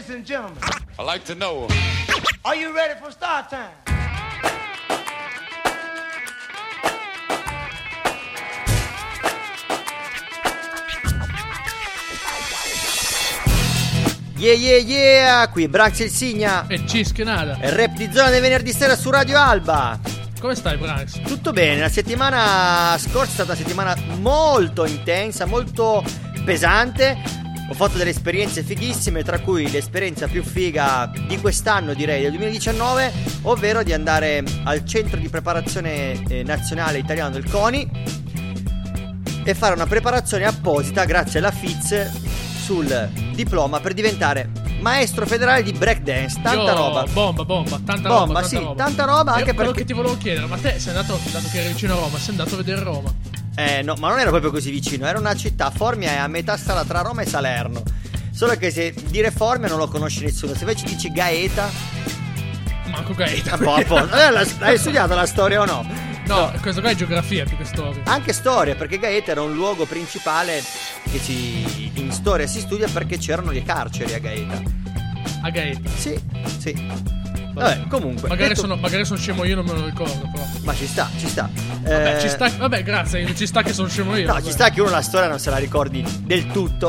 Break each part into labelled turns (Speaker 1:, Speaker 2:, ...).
Speaker 1: Ladies and gentlemen,
Speaker 2: I like to know.
Speaker 1: Are you ready for start time?
Speaker 3: Yeah yeah yeah, qui Branx il Signa
Speaker 4: e Cischionata.
Speaker 3: Il rap di zona del venerdì sera su Radio Alba.
Speaker 4: Come stai, Branx?
Speaker 3: Tutto bene, la settimana scorsa è stata una settimana molto intensa, molto pesante. Ho fatto delle esperienze fighissime, tra cui l'esperienza più figa di quest'anno, direi del 2019, ovvero di andare al centro di preparazione nazionale italiano del CONI e fare una preparazione apposita grazie alla FIZ sul diploma per diventare maestro federale di breakdance. Tanta roba.
Speaker 4: Bomba, tanta
Speaker 3: bomba,
Speaker 4: roba.
Speaker 3: sì, tanta roba, anche
Speaker 4: quello
Speaker 3: perché
Speaker 4: che ti volevo chiedere, ma te sei andato, dato che eri vicino a Roma, sei andato a vedere Roma?
Speaker 3: No, ma non era proprio così vicino, era una città, Formia è a metà strada tra Roma e Salerno. Solo che se dire Formia non lo conosce nessuno, se invece dici Gaeta...
Speaker 4: Manco Gaeta.
Speaker 3: Hai studiato la storia o no?
Speaker 4: No, questo qua è geografia più che storia.
Speaker 3: Anche storia, perché Gaeta era un luogo principale che in storia si studia perché c'erano le carceri a Gaeta.
Speaker 4: A Gaeta?
Speaker 3: Sì. Vabbè, comunque
Speaker 4: magari sono scemo io, non me lo ricordo però.
Speaker 3: Ma ci sta.
Speaker 4: Vabbè, ci sta. Vabbè, grazie, ci sta che sono scemo io.
Speaker 3: No, ci sta che uno la storia non se la ricordi del tutto.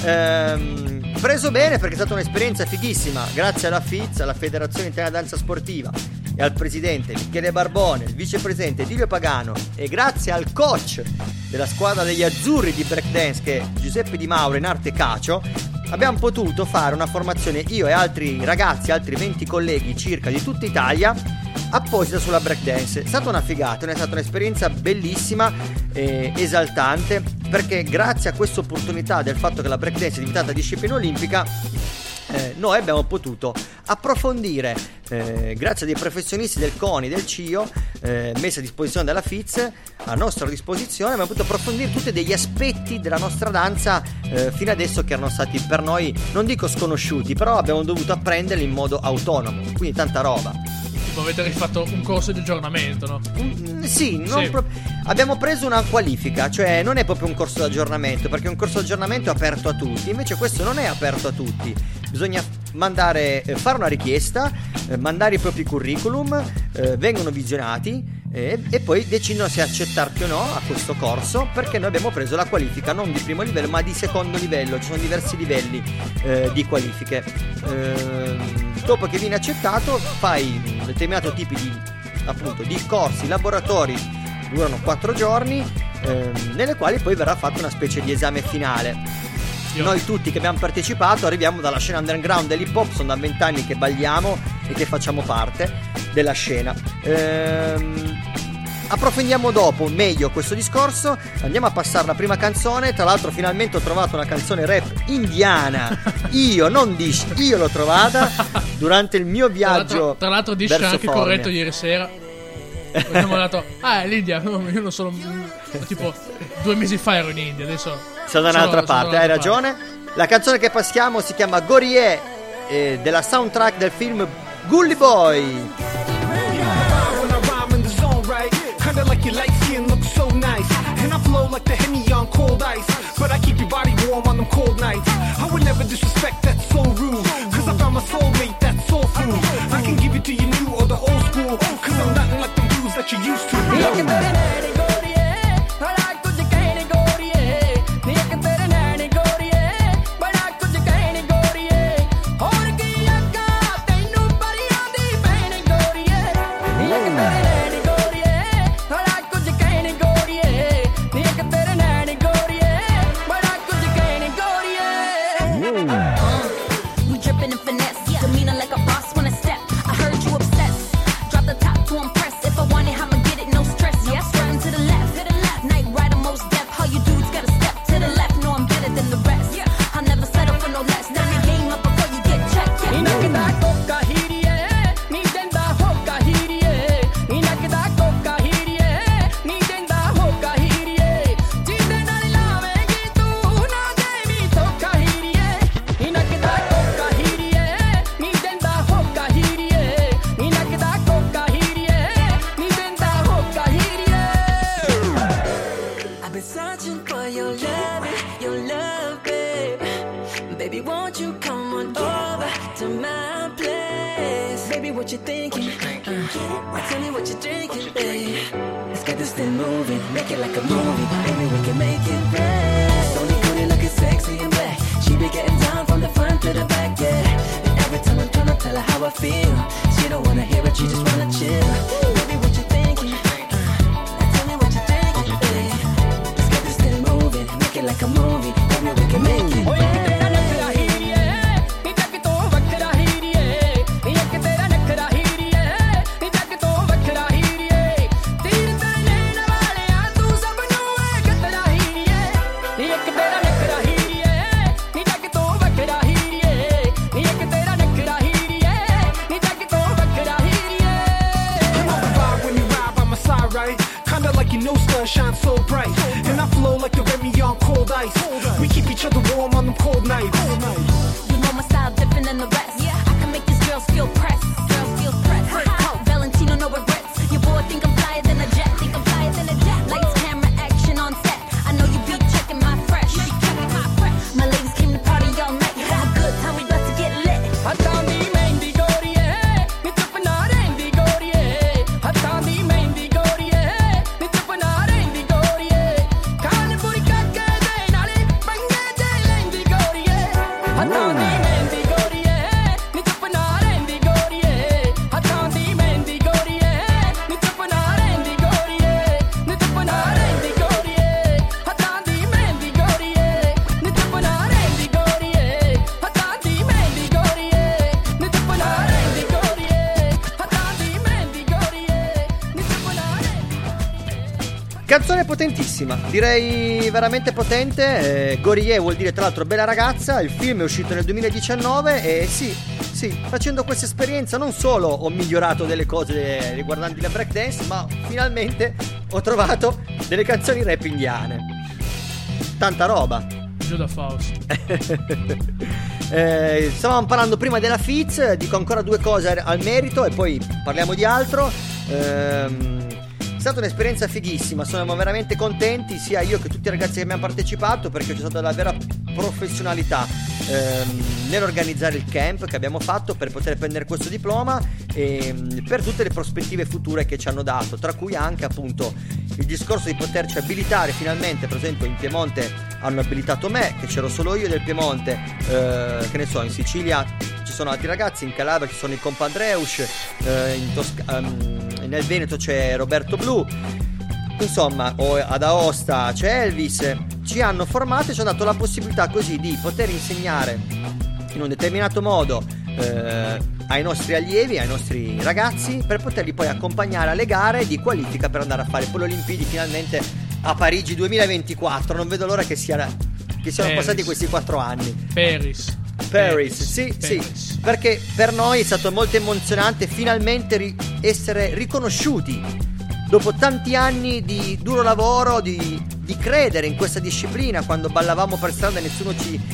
Speaker 3: Preso bene perché è stata un'esperienza fighissima. Grazie alla FIZ, alla Federazione Italiana Danza Sportiva, e al presidente Michele Barbone, il vicepresidente Dilio Pagano, e grazie al coach della squadra degli azzurri di breakdance, che è Giuseppe Di Mauro in arte Cacio, abbiamo potuto fare una formazione, io e altri ragazzi, altri 20 colleghi circa di tutta Italia, apposita sulla breakdance. È stata una figata, è stata un'esperienza bellissima e esaltante, perché grazie a questa opportunità del fatto che la breakdance è diventata disciplina olimpica, noi abbiamo potuto approfondire, grazie a dei professionisti del CONI, del CIO, messi a disposizione dalla FIZ, a nostra disposizione, abbiamo potuto approfondire tutti degli aspetti della nostra danza fino adesso che erano stati per noi, non dico sconosciuti, però abbiamo dovuto apprenderli in modo autonomo, quindi tanta roba.
Speaker 4: Avete rifatto un corso di aggiornamento, no?
Speaker 3: Sì. Abbiamo preso una qualifica, cioè non è proprio un corso di aggiornamento, perché un corso di aggiornamento è aperto a tutti, invece questo non è aperto a tutti. Bisogna fare una richiesta, mandare i propri curriculum, vengono visionati e poi decidono se accettarti o no a questo corso, perché noi abbiamo preso la qualifica non di primo livello ma di secondo livello. Ci sono diversi livelli di qualifiche. Dopo che viene accettato fai un determinato tipo di corsi, laboratori, durano 4 giorni, nelle quali poi verrà fatta una specie di esame finale. Noi tutti che abbiamo partecipato arriviamo dalla scena underground dell'hip hop, sono da 20 anni che balliamo e che facciamo parte della scena. Approfondiamo dopo meglio questo discorso. Andiamo a passare la prima canzone. Tra l'altro finalmente ho trovato una canzone rap indiana. Io l'ho trovata durante il mio viaggio.
Speaker 4: Tra l'altro Dish ha anche corretto ieri sera. Abbiamo dato è l'India. No, io non sono tipo 2 mesi fa ero in India. Adesso
Speaker 3: sono da un'altra parte. Hai ragione. La canzone che passiamo si chiama Gorie, della soundtrack del film Gully Boy.
Speaker 5: Kinda like your light skin looks so nice, and I flow like the Henny on cold ice, but I keep your body warm on them cold nights. I would never disrespect, that's so rude, cause I found my soulmate, that's soul food. I can give it to you new or the old school, cause I'm nothing like the dudes that you used to.
Speaker 2: Baby, won't you come on over to my place? Baby, what you thinking? Tell me what you're drinking, babe. Let's get this thing moving, make it like a movie. Baby, we can make it right. Only booty looking sexy and black. She be getting down from the front to the back, yeah. And every time I'm trying to tell her how I feel, she don't wanna hear it, she just wanna chill. Baby, what you thinking? Tell me what you're drinking, babe. Let's get this thing moving, make it like a movie. Baby, we can make it right.
Speaker 5: Shine so bright, and I flow like the Remy on cold ice. We keep each other warm on them cold nights.
Speaker 6: You know my style different than the rest. Yeah, I can make these girls feel pressed. Girls feel pressed. Out, Valentino, no regrets. Your boy think I'm flyer than a jet. Think I'm flyer than a jet. Lights, camera, action on set. I know you be checking my fresh. My ladies came to party all night. Have a good time, we about to get lit.
Speaker 2: Hatandi mendi goriye, ni chupna rendi goriye. Hatandi mendi goriye, ni chupna rendi goriye. Khan puri kakke de nale bange de lendi goriye. Hatandi mendi goriye, ni chupna rendi goriye. Hatandi mendi goriye, ni chupna rendi goriye. Ni chupna rendi goriye. Hatandi mendi goriye, ni chupna rendi goriye. Hatandi mendi goriye, ni chupna rendi goriye. Hatandi mendi goriye, ni chupna rendi.
Speaker 3: Canzone potentissima, direi veramente potente. Gorie vuol dire tra l'altro bella ragazza. Il film è uscito nel 2019 e sì, facendo questa esperienza non solo ho migliorato delle cose riguardanti la breakdance, ma finalmente ho trovato delle canzoni rap indiane. Tanta roba.
Speaker 4: Giuda Faust.
Speaker 3: Stavamo parlando prima della Fitz, dico ancora due cose al merito e poi parliamo di altro. È stata un'esperienza fighissima, siamo veramente contenti sia io che tutti i ragazzi che abbiamo partecipato, perché c'è stata la vera professionalità nell'organizzare il camp che abbiamo fatto per poter prendere questo diploma e per tutte le prospettive future che ci hanno dato, tra cui anche appunto il discorso di poterci abilitare finalmente. Per esempio in Piemonte hanno abilitato me, che c'ero solo io del Piemonte, che ne so, in Sicilia ci sono altri ragazzi, in Calabria ci sono i compadreus, nel Veneto c'è Roberto Blu, insomma, ad Aosta c'è Elvis. Ci hanno formato e ci hanno dato la possibilità così di poter insegnare in un determinato modo ai nostri allievi, ai nostri ragazzi, per poterli poi accompagnare alle gare di qualifica per andare a fare poi le Olimpiadi finalmente a Parigi 2024. Non vedo l'ora che siano passati questi 4 anni. Paris, sì, perché per noi è stato molto emozionante finalmente essere riconosciuti dopo tanti anni di duro lavoro, di credere in questa disciplina. Quando ballavamo per strada nessuno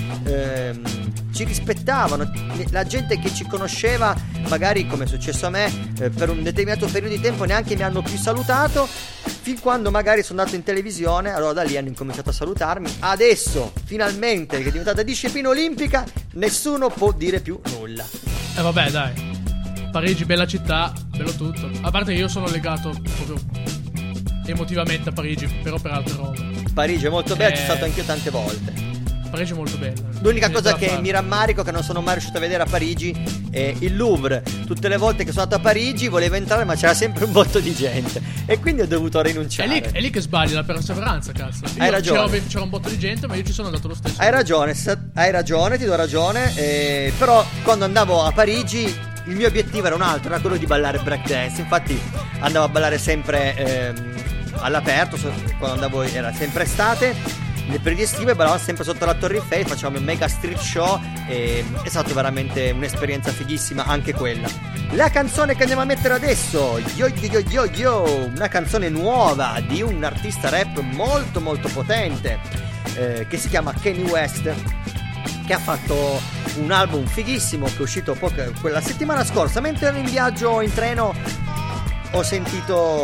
Speaker 3: ci rispettava, la gente che ci conosceva magari, come è successo a me, per un determinato periodo di tempo neanche mi hanno più salutato, fin quando magari sono andato in televisione, allora da lì hanno incominciato a salutarmi. Adesso finalmente che è diventata disciplina olimpica nessuno può dire più nulla.
Speaker 4: Vabbè dai, Parigi bella città, bello tutto. A parte che io sono legato proprio emotivamente a Parigi, però per altre robe.
Speaker 3: Parigi è molto bella, ci sono stato anch'io tante volte.
Speaker 4: Parigi è molto bella.
Speaker 3: L'unica cosa che mi rammarico che non sono mai riuscito a vedere a Parigi è il Louvre. Tutte le volte che sono andato a Parigi volevo entrare, ma c'era sempre un botto di gente e quindi ho dovuto rinunciare.
Speaker 4: È lì che sbagli la perseveranza, cazzo.
Speaker 3: Hai ragione.
Speaker 4: C'era un botto di gente, ma io ci sono andato lo stesso.
Speaker 3: Hai ragione, ti do ragione. Però quando andavo a Parigi il mio obiettivo era un altro, era quello di ballare breakdance. Infatti andavo a ballare sempre all'aperto, quando andavo era sempre estate. Nel periodo estivo ballavamo sempre sotto la Torre Eiffel, facevamo un mega street show e è stata veramente un'esperienza fighissima anche quella. La canzone che andiamo a mettere adesso, yo, una canzone nuova di un artista rap molto molto potente che si chiama Kanye West, che ha fatto un album fighissimo che è uscito quella settimana scorsa. Mentre ero in viaggio in treno ho sentito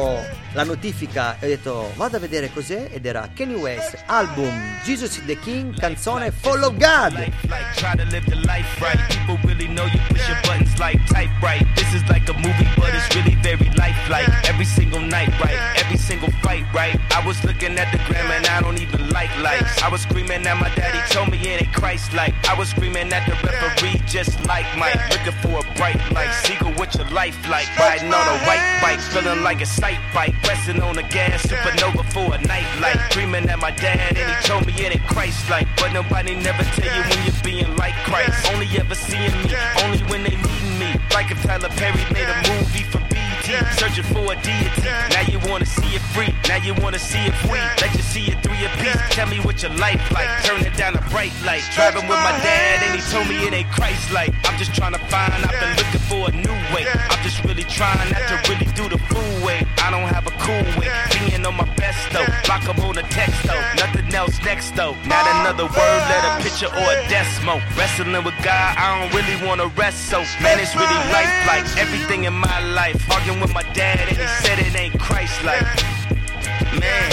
Speaker 3: la notifica e ho detto vado a vedere cos'è, ed era Kanye West, album Jesus is the King, canzone Follow God.
Speaker 7: Try to live the life right. People really know you push your buttons like type right. This is like a movie, but it's really very lifelike. Every single night, right? Every single fight, right? I was looking at the gram and I don't even like lights. I was screaming at my daddy, told me it ain't Christ-like. I was screaming at the referee, just like Mike. Looking for a bright light. Seagull, what your life like? Riding on a white bike, feeling like a sight bike. Pressing on the gas, supernova for a night light. Screaming at my dad and he told me it ain't Christ-like. But nobody never tell you when you're being like Christ. Only ever seeing me, only when they needing me. Like if Tyler Perry made a movie for BT, searching for a deity. Now you wanna see it free, now you wanna see it free. Let you see it 3 a piece. Tell me what your life like. Turn it down a bright light. Driving with my dad and he told me it ain't Christ-like. I'm just trying to find, I've been looking for a new way. I'm just really trying not to really do the fool way. I don't have a cool way, being on my best though. Lock 'em on a text though, nothing else next though. Not another word, let a picture or a decimal. Wrestling with God, I don't really wanna rest so. Man, it's really life like everything in my life. Arguing with my dad and he said it ain't Christ-like. Man.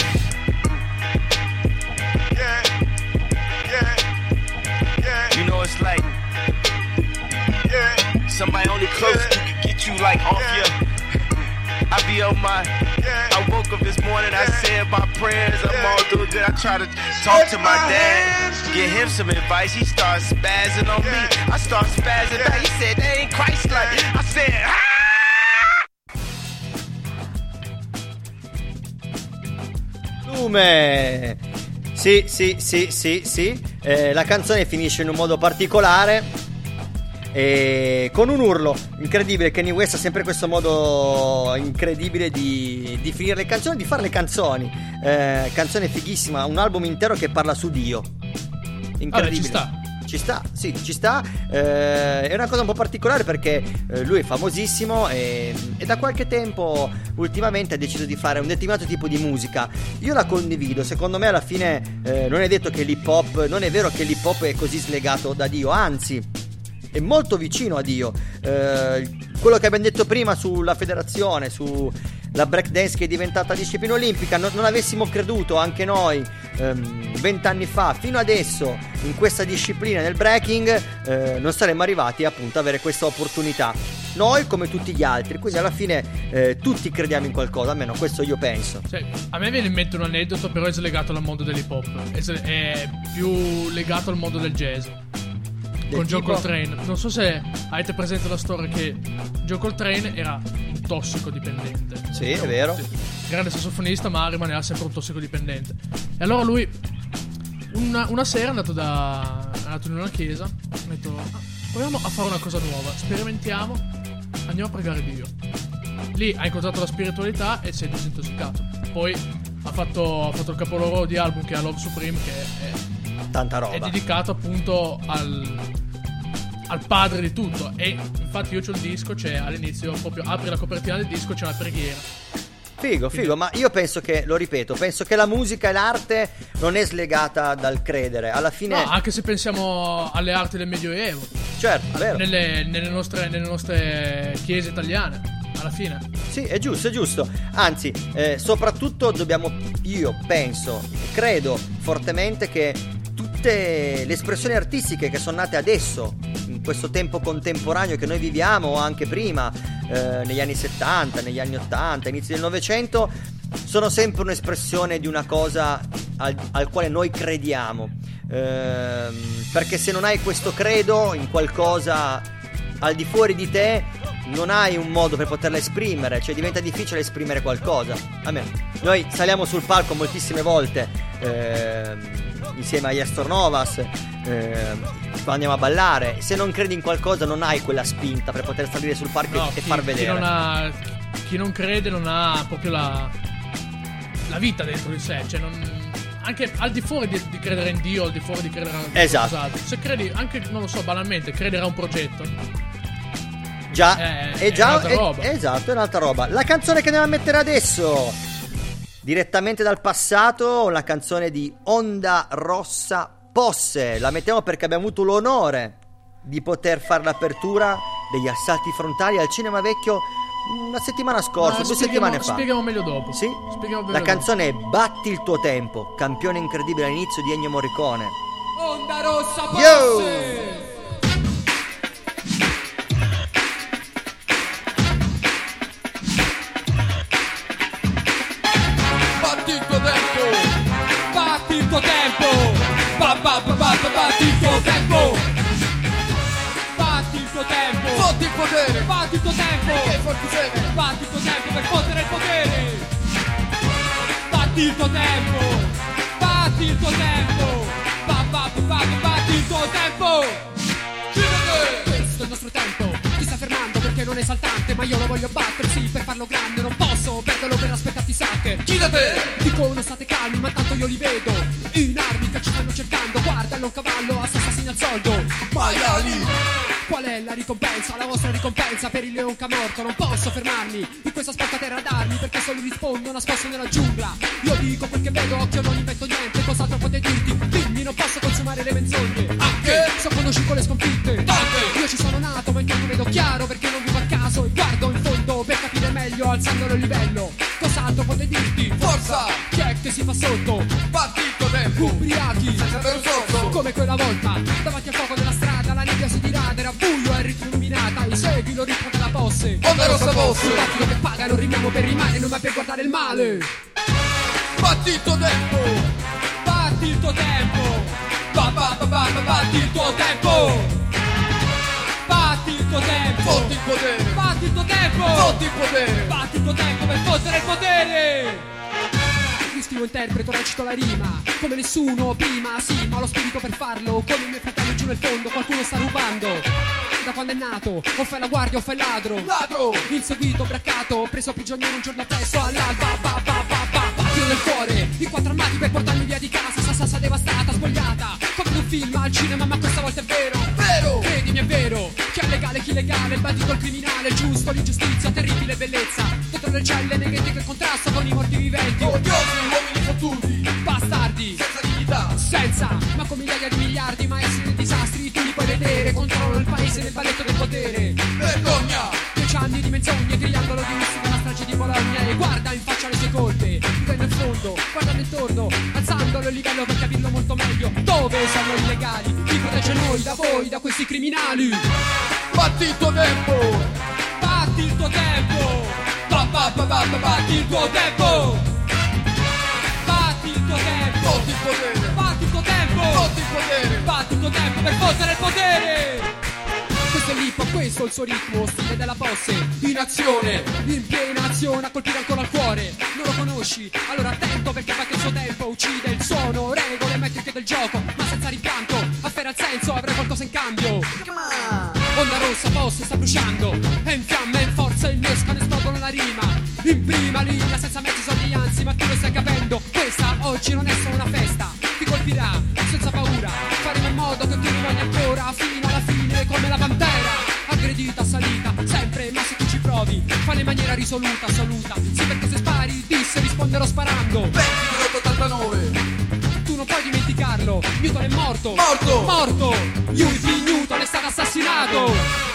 Speaker 7: You know it's like somebody only close to can get you like off your. I be on my. I woke up this morning, I said my prayers, I'm all doing good. I try to talk to my dad, give him some advice. He starts spazzing on me. I start spazzing back. He said they ain't Christ-like. I said
Speaker 3: Lume. Sì. La canzone finisce in un modo particolare. E con un urlo incredibile. Kanye West ha sempre questo modo incredibile di finire le canzoni, di fare le canzoni. Canzone fighissima, un album intero che parla su Dio. Incredibile.
Speaker 4: Vabbè,
Speaker 3: ci sta. È una cosa un po' particolare perché lui è famosissimo e da qualche tempo ultimamente ha deciso di fare un determinato tipo di musica. Io la condivido. Secondo me alla fine non è detto che l'hip hop, non è vero che l'hip hop è così slegato da Dio, anzi è molto vicino a Dio. Quello che abbiamo detto prima sulla federazione, sulla breakdance che è diventata disciplina olimpica, non avessimo creduto anche noi 20 anni fa fino adesso in questa disciplina nel breaking, non saremmo arrivati appunto ad avere questa opportunità, noi come tutti gli altri. Quindi alla fine tutti crediamo in qualcosa, almeno questo io penso.
Speaker 4: Cioè, a me viene in mente un aneddoto, però è slegato dal mondo dell'hip hop, è più legato al mondo del jazz. Con John Coltrane, non so se avete presente la storia che John Coltrane era un tossicodipendente.
Speaker 3: Sì, è vero.
Speaker 4: Grande sassofonista, ma rimaneva sempre un tossicodipendente. E allora lui una sera è andato in una chiesa, ha detto proviamo a fare una cosa nuova, sperimentiamo, andiamo a pregare Dio. Lì ha incontrato la spiritualità e si è disintossicato. Poi ha fatto il capolavoro di album che è Love Supreme, che è
Speaker 3: tanta roba,
Speaker 4: è dedicato appunto al padre di tutto. E infatti io c'ho il disco, c'è all'inizio, proprio apri la copertina del disco, c'è la preghiera.
Speaker 3: Figo, ma io penso che, lo ripeto, penso che la musica e l'arte non è slegata dal credere. Alla fine
Speaker 4: no, anche se pensiamo alle arti del Medioevo,
Speaker 3: certo, vero,
Speaker 4: nelle nostre chiese italiane, alla fine.
Speaker 3: Sì, è giusto. Anzi, soprattutto io penso, credo fortemente che tutte le espressioni artistiche che sono nate adesso, in questo tempo contemporaneo che noi viviamo, o anche prima, negli anni 70, negli anni 80, inizio del Novecento, sono sempre un'espressione di una cosa al quale noi crediamo, perché se non hai questo credo in qualcosa al di fuori di te, non hai un modo per poterla esprimere, cioè diventa difficile esprimere qualcosa. Almeno noi saliamo sul palco moltissime volte insieme agli Astornovas, quando andiamo a ballare. Se non credi in qualcosa non hai quella spinta per poter salire sul palco e far vedere.
Speaker 4: Chi non crede non ha proprio la vita dentro di sé, cioè anche al di fuori di credere in Dio, al di fuori di credere in
Speaker 3: esatto.
Speaker 4: Se credi anche, non lo so, banalmente credere a un progetto,
Speaker 3: è un'altra roba. Esatto, è un'altra roba. La canzone che andiamo a mettere adesso, direttamente dal passato, la canzone di Onda Rossa Posse. La mettiamo perché abbiamo avuto l'onore di poter fare l'apertura degli Assalti Frontali al Cinema Vecchio Una settimana scorsa, 2 settimane fa.
Speaker 4: Spieghiamo meglio dopo.
Speaker 3: Sì?
Speaker 4: Spieghiamo meglio
Speaker 3: La
Speaker 4: dopo.
Speaker 3: canzone è Batti il tuo tempo, campione incredibile all'inizio di Ennio Morricone.
Speaker 2: Onda rossa
Speaker 3: Yo!
Speaker 2: passe. Batti il tuo tempo. Batti il tuo tempo. Batti il tuo tempo. Batti il tuo tempo. Fotti il potere. Batti il tuo tempo. Batti il tuo tempo per fottere il potere. Batti il tuo tempo. Batti il tuo tempo. Batti il tuo tempo. Questo è il nostro tempo. Ti sta fermando perché non è esaltante, ma io lo voglio battere, sì, per farlo grande. Non posso perderlo per aspettarti sacche. Chidate! Dicono state calmi, ma tanto io li vedo in armi che ci stanno cercando. Guardalo un cavallo, assassini al soldo. Maiali! Qual è la ricompensa, la vostra ricompensa per il leon che ha morto? Non posso fermarmi in questa spaccaterra d'armi, perché solo rispondo nascosto nella giungla. Io dico quel che vedo, occhio non invento niente. Cos'altro potete dirti? Dimmi, non posso consumare le menzogne. Anche so conosci con le sconfitte. Tante! Io ci sono nato, ma intanto vedo chiaro, perché non vivo a caso e guardo in fondo per capire meglio, alzandolo il livello. Cos'altro potete dirti? Forza! Chi è che si fa sotto? Batti il tuo tempo! Ubriachi! Senza avere un sorso! Come quella volta, davanti al fuoco della strada, la nebbia si dirada, era buio e il ritmo illuminata. E segui lo ritmo della posse. Onda rossa posse! Il battito che paga, non rimiamo per rimane, non mai per guardare il male. Batti il tuo tempo! Batti il tuo tempo! Batti il tuo tempo! Batti il tuo tempo! Fotti il potere! Batti il tuo tempo! Fotti il potere! Batti il tuo tempo per fottere il potere! Io scrivo, interpreto, recito la rima come nessuno prima, sì, ma ho lo spirito per farlo. Come i miei fratelli giù nel fondo, qualcuno sta rubando. Da quando è nato, o fai la guardia o fai il ladro. Ladro! Inseguito, braccato, preso prigioniero un giorno appresso all'alba. Battilo nel cuore, i 4 armati per portarmi via di casa. Sassa devastata, spogliata, come in un film al cinema, ma questa volta è vero. Vero! Credimi, è vero. Chi è legale, chi illegale, il bandito, il criminale, il giusto, l'ingiustizia, terribile bellezza. Dentro le celle neghetti che contrasto con i morti viventi. Odiosi, uomini fottuti, bastardi, senza dignità, senza, ma con migliaia di miliardi, maestri dei disastri, tu li puoi vedere. Controllano il paese nel balletto del potere. Vergogna! 10 anni di menzogne, triangolo di russi della strage di Bologna. E guarda in faccia le sue colpe, vive nel fondo, guardando intorno, alzandolo il livello per capirlo molto meglio. Dove sono i legali? Chi protegge noi da voi, da questi criminali? Batti il tuo tempo! Batti il tuo tempo! Batti il tuo tempo! Batti il tuo tempo! Fotti il potere! Batti il tuo tempo! Fotti il potere! Batti il tuo tempo per fottere il potere! Questo è l'hip hop, questo è il suo ritmo, stile della posse, in azione, in piena azione, a colpire ancora il cuore. Non lo conosci? Allora attento, perché batte il suo tempo, uccide il suono, regole, metriche del gioco, ma senza rimpianto, afferra il senso, avrai qualcosa in cambio. Onda rossa, posse, sta bruciando, è in fiamme, in forza, innescano, esplodono la rima. In prima linea, senza mezzi sorveglianzi, ma tu lo stai capendo, questa oggi non è solo una festa, ti colpirà, senza paura, faremo in modo che tu rimani ancora, fino alla fine, come la pantera. Aggredita, salita, sempre, ma se tu ci provi, fallo in maniera risoluta, assoluta. Sì, perché se spari, disse, risponderò sparando. 20,89. Tu non puoi dimenticarlo, Newton è morto. Morto! Newton è stato assassinato.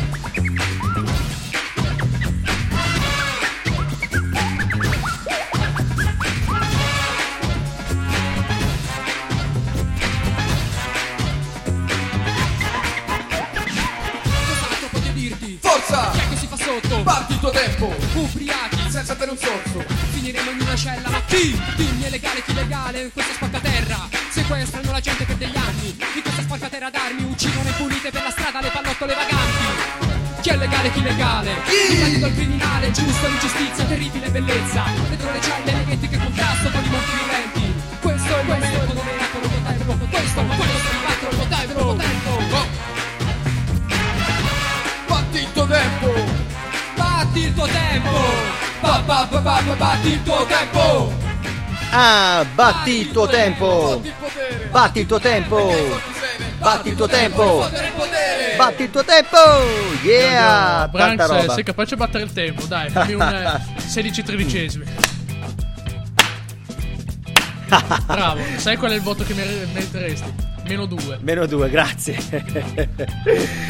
Speaker 2: Chi è che si fa sotto? Batti il tuo tempo! Ubriachi, senza avere un sorso. Finiremo in una cella, ma chi? Dimmi, è legale, chi illegale in questa spaccaterra? Sequestrano la gente per degli anni. In questa spaccaterra d'armi uccidono impunite per la strada le pallottole vaganti. Chi è legale, chi illegale? Il bandito, il criminale, giusto, l'ingiustizia, terribile bellezza. Dentro le celle neghetti che contrasto con i morti viventi. Questo è il momento dove battono il tempo. Questo è il momento dove battono il tempo. Batti il tuo tempo! Batti il tuo tempo! Batti il tuo tempo!
Speaker 3: Ah, batti il tuo tempo! Batti il tuo tempo! Batti il tuo tempo! Batti il tuo tempo! Yeah! Tanta
Speaker 4: Branks,
Speaker 3: roba!
Speaker 4: sei capace di battere il tempo, dai, fammi un 16/13. Bravo, sai qual è il voto che meriteresti? -2.
Speaker 3: -2, grazie.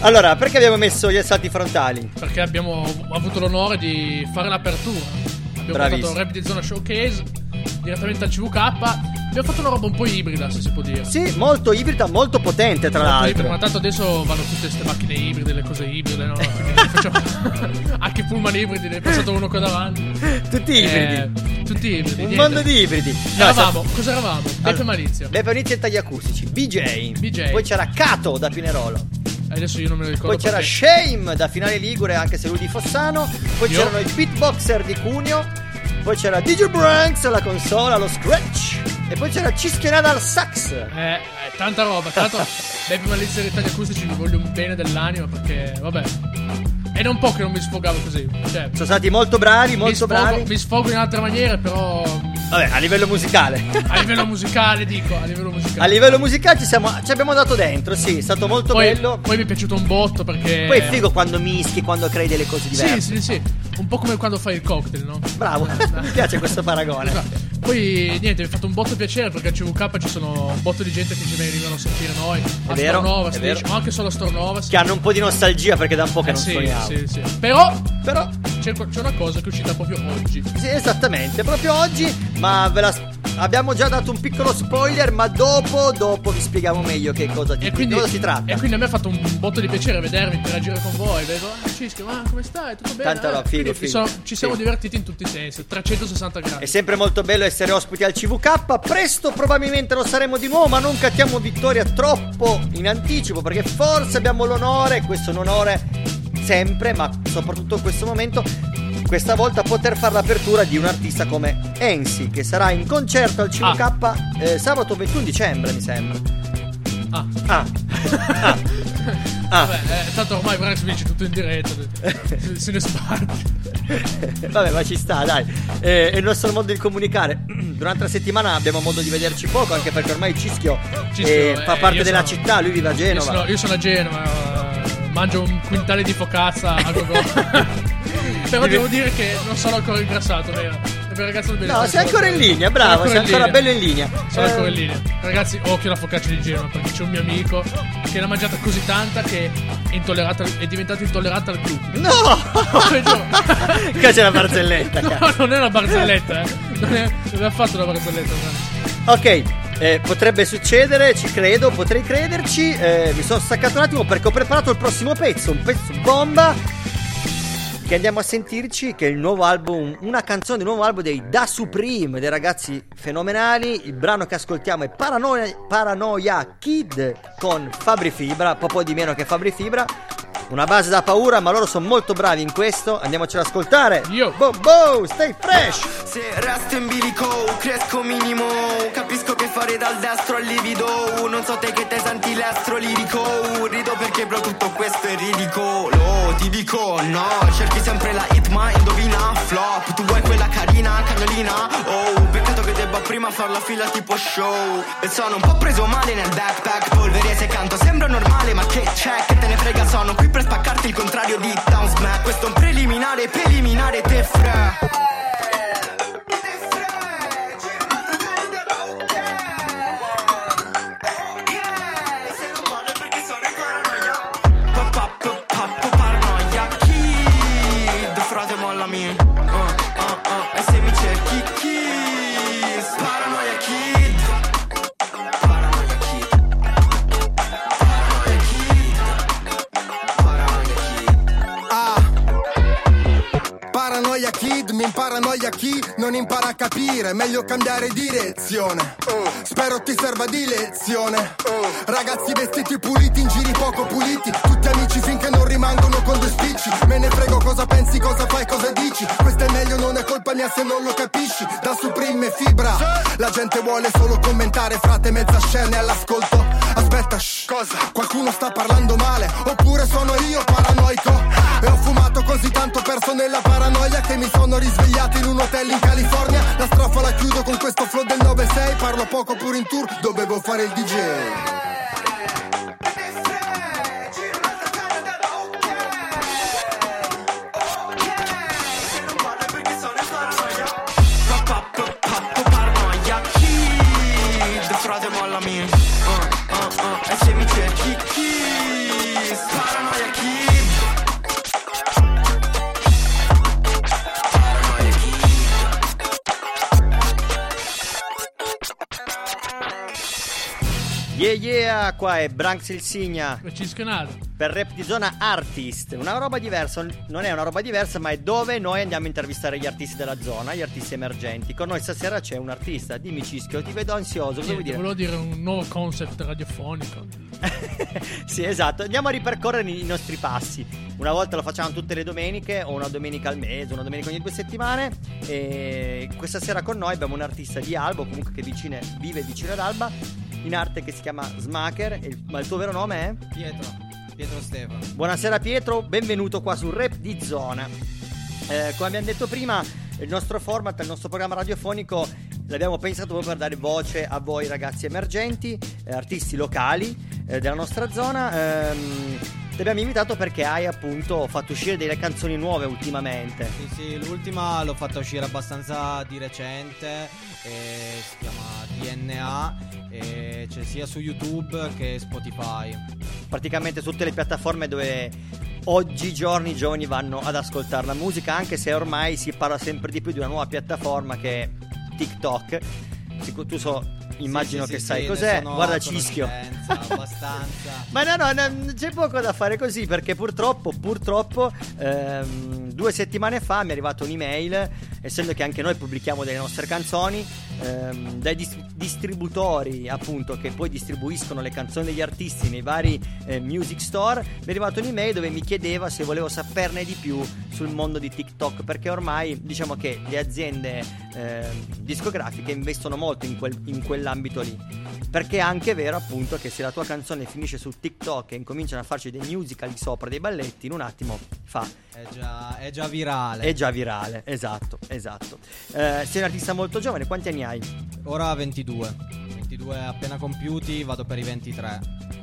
Speaker 3: Allora, perché abbiamo messo gli assalti frontali?
Speaker 4: Perché abbiamo avuto l'onore di fare l'apertura. Abbiamo
Speaker 3: Bravissimo.
Speaker 4: fatto Rapid Zona Showcase direttamente al CVK. Abbiamo fatto una roba un po' ibrida, se si può dire.
Speaker 3: Sì, molto ibrida, molto potente tra
Speaker 4: Ma
Speaker 3: l'altro.
Speaker 4: tanto adesso vanno tutte queste macchine ibride, le cose ibride, no? Quindi ne facciamo anche i pullman ibridi, ne è passato uno qua davanti.
Speaker 3: Tutti ibridi.
Speaker 4: Tutti ibridi.
Speaker 3: Un
Speaker 4: niente.
Speaker 3: mondo di ibridi. No,
Speaker 4: Eravamo, cosa eravamo? Beppe
Speaker 3: Allora,
Speaker 4: Malizia.
Speaker 3: Beppe Malizia e tagli acustici. BJ. Poi c'era Cato da Pinerolo.
Speaker 4: Adesso io non me lo ricordo.
Speaker 3: Poi c'era
Speaker 4: perché-
Speaker 3: Shame da Finale Ligure, anche se lui di Fossano. Poi
Speaker 4: Io?
Speaker 3: c'erano i beatboxer di Cuneo. Poi c'era DJ Branks alla console, allo scratch. E poi c'era Cischionada al sax.
Speaker 4: Tanta roba. Tra l'altro, Beppe Malizia e tagli acustici mi voglio un bene dell'anima perché, vabbè. È da un po' che non mi sfogavo così. Cioè,
Speaker 3: Sono stati molto bravi, molto bravi.
Speaker 4: Mi sfogo in altre maniere, però.
Speaker 3: Vabbè, a livello musicale.
Speaker 4: A livello musicale, dico. A livello musicale.
Speaker 3: A livello musicale ci abbiamo dato dentro, sì, è stato molto bello.
Speaker 4: Poi mi è piaciuto un botto perché.
Speaker 3: Poi è figo quando mischi, quando crei delle cose diverse.
Speaker 4: Sì. Un po' come quando fai il cocktail, no?
Speaker 3: Bravo, mi piace questo paragone.
Speaker 4: Esatto. Poi niente, mi è fatto un botto piacere perché al CVK ci sono un botto di gente che ci venivano a sentire noi. A
Speaker 3: vero,
Speaker 4: Stornova,
Speaker 3: è
Speaker 4: si
Speaker 3: vero.
Speaker 4: dice, ma anche solo a Stornova.
Speaker 3: Che hanno un po' di nostalgia perché da un po' che non
Speaker 4: sì,
Speaker 3: suoniamo.
Speaker 4: sì. Però
Speaker 3: Però
Speaker 4: c'è una cosa che è uscita proprio oggi.
Speaker 3: sì, esattamente, proprio oggi, ma abbiamo già dato un piccolo spoiler, ma dopo vi spieghiamo meglio di cosa si tratta.
Speaker 4: E quindi a me ha fatto un botto di piacere vedervi, interagire con voi. Vedo, Cischio, ma come stai? Tutto bene?
Speaker 3: Tanta roba, figo,
Speaker 4: Quindi
Speaker 3: figo.
Speaker 4: ci siamo
Speaker 3: Sì.
Speaker 4: divertiti in tutti i sensi, 360 gradi.
Speaker 3: È sempre molto bello essere ospiti al CVK. Presto probabilmente lo saremo di nuovo, ma non cattiamo vittoria troppo in anticipo, perché forse abbiamo l'onore, questo è un onore sempre, ma soprattutto in questo momento, questa volta poter fare l'apertura di un artista come Ensi, che sarà in concerto al CVK sabato 21 dicembre, mi sembra.
Speaker 4: Vabbè, tanto ormai Branks vince tutto in diretta. Se ne sparte.
Speaker 3: Vabbè, ma ci sta, dai. È il nostro modo di comunicare. Durante la settimana abbiamo modo di vederci poco, anche perché ormai Cischio fa parte
Speaker 4: io
Speaker 3: della
Speaker 4: sono-
Speaker 3: città, lui vive a Genova.
Speaker 4: Io sono a Genova, mangio un quintale di focaccia a go-go. Però devo dire che non sono ancora ingrassato, vero? Il mio ragazzo bene.
Speaker 3: No, sei ancora in linea, bravo, sei ancora bello in linea.
Speaker 4: Sono ancora in linea. Ragazzi, occhio alla focaccia di Genova, perché c'è un mio amico che l'ha mangiata così tanta che è diventato intollerante al glutine.
Speaker 3: No! Qua c'è la barzelletta.
Speaker 4: No, non è una barzelletta, non è affatto una barzelletta.
Speaker 3: Ok, potrebbe succedere, ci credo, potrei crederci. Mi sono staccato un attimo perché ho preparato il prossimo pezzo, un pezzo bomba che andiamo a sentirci, che è il nuovo album, una canzone del nuovo album dei Da Supreme, dei ragazzi fenomenali. Il brano che ascoltiamo è Paranoia Kid con Fabri Fibra, poco di meno che Fabri Fibra. Una base da paura, ma loro sono molto bravi in questo. Andiamocelo ad ascoltare.
Speaker 4: Io.
Speaker 3: Boh, stay fresh.
Speaker 8: Se resto in bilico, cresco minimo. Capisco che fare dal destro al livido. Non so te che te senti l'estro lirico. Rido perché bro tutto questo è ridicolo. Ti dico no, cerchi sempre la hit ma indovina flop. Tu vuoi quella carina, cagnolina. Oh, peccato che debba prima far la fila tipo show. E sono un po' preso male nel backpack. Polvere se canto sembra normale, ma che c'è? Che te ne frega, sono qui per spaccarti il contrario di Town Smack. Questo è un preliminare te fra. Paranoia Kid, frate mollami. E se mi cerchi kiss, Paranoia Kid. Paranoia Kid. Paranoia Kid. Paranoia Kid.
Speaker 9: Paranoia Kid, mi imparanoia chi non impara a capire, meglio cambiare direzione. Spero ti serva di lezione. Ragazzi vestiti puliti, in giri poco puliti, tutti amici finché non rimangono con due spicci. Me ne frego cosa pensi, cosa fai, cosa dici. Questo è meglio, non è colpa mia se non lo capisci. Da Supreme e Fibra, la gente vuole solo commentare, frate, mezza scena all'ascolto. Aspetta, cosa? Qualcuno sta parlando male, oppure sono io paranoico? E ho fumato così tanto perso nella paranoia che mi sono risvegliato in un hotel in California. La strofa la chiudo con questo flow del 9-6. Parlo poco pure in tour, dovevo fare il DJ.
Speaker 8: Paranoia Kid, frate mollami. E se mi cerchi kiss, Paranoia
Speaker 3: Yeah, qua è Branks il Signa
Speaker 4: per
Speaker 3: Rap di Zona Artist. Una roba diversa, non è una roba diversa, ma è dove noi andiamo a intervistare gli artisti della zona, gli artisti emergenti. Con noi stasera c'è un artista. Dimmi Cischio, ti vedo ansioso. Cosa vuoi dire?
Speaker 4: Volevo dire un nuovo concept radiofonico.
Speaker 3: Sì, esatto. Andiamo a ripercorrere i nostri passi. Una volta lo facciamo tutte le domeniche, o una domenica al mese, una domenica ogni 2 settimane. E questa sera con noi abbiamo un artista di Alba, comunque che vive vicino ad Alba, in arte, che si chiama Smaker. Ma il tuo vero nome è?
Speaker 10: Pietro Stefano.
Speaker 3: Buonasera Pietro, benvenuto qua su Rap di Zona. Come abbiamo detto prima, il nostro format, il nostro programma radiofonico l'abbiamo pensato proprio per dare voce a voi ragazzi emergenti, artisti locali della nostra zona. Ti abbiamo invitato perché hai appunto fatto uscire delle canzoni nuove ultimamente.
Speaker 10: Sì, l'ultima l'ho fatta uscire abbastanza di recente, si chiama DNA, e c'è sia su YouTube che Spotify.
Speaker 3: Praticamente tutte le piattaforme dove oggigiorno i giovani vanno ad ascoltare la musica, anche se ormai si parla sempre di più di una nuova piattaforma che è TikTok. Tu immagino che sai cos'è. Guarda Cischio.
Speaker 10: Abbastanza.
Speaker 3: Ma no, c'è poco da fare così, perché purtroppo 2 settimane fa mi è arrivata un'email, essendo che anche noi pubblichiamo delle nostre canzoni, dai distributori appunto che poi distribuiscono le canzoni degli artisti nei vari music store. Mi è arrivata un'email dove mi chiedeva se volevo saperne di più sul mondo di TikTok, perché ormai diciamo che le aziende discografiche investono molto in quell'ambito lì, perché è anche vero appunto che se la tua canzone finisce su TikTok e incominciano a farci dei musical di sopra, dei balletti, in un attimo
Speaker 10: è già virale.
Speaker 3: È già virale, esatto. Sei un artista molto giovane, quanti anni hai?
Speaker 10: Ora 22 appena compiuti, vado per i 23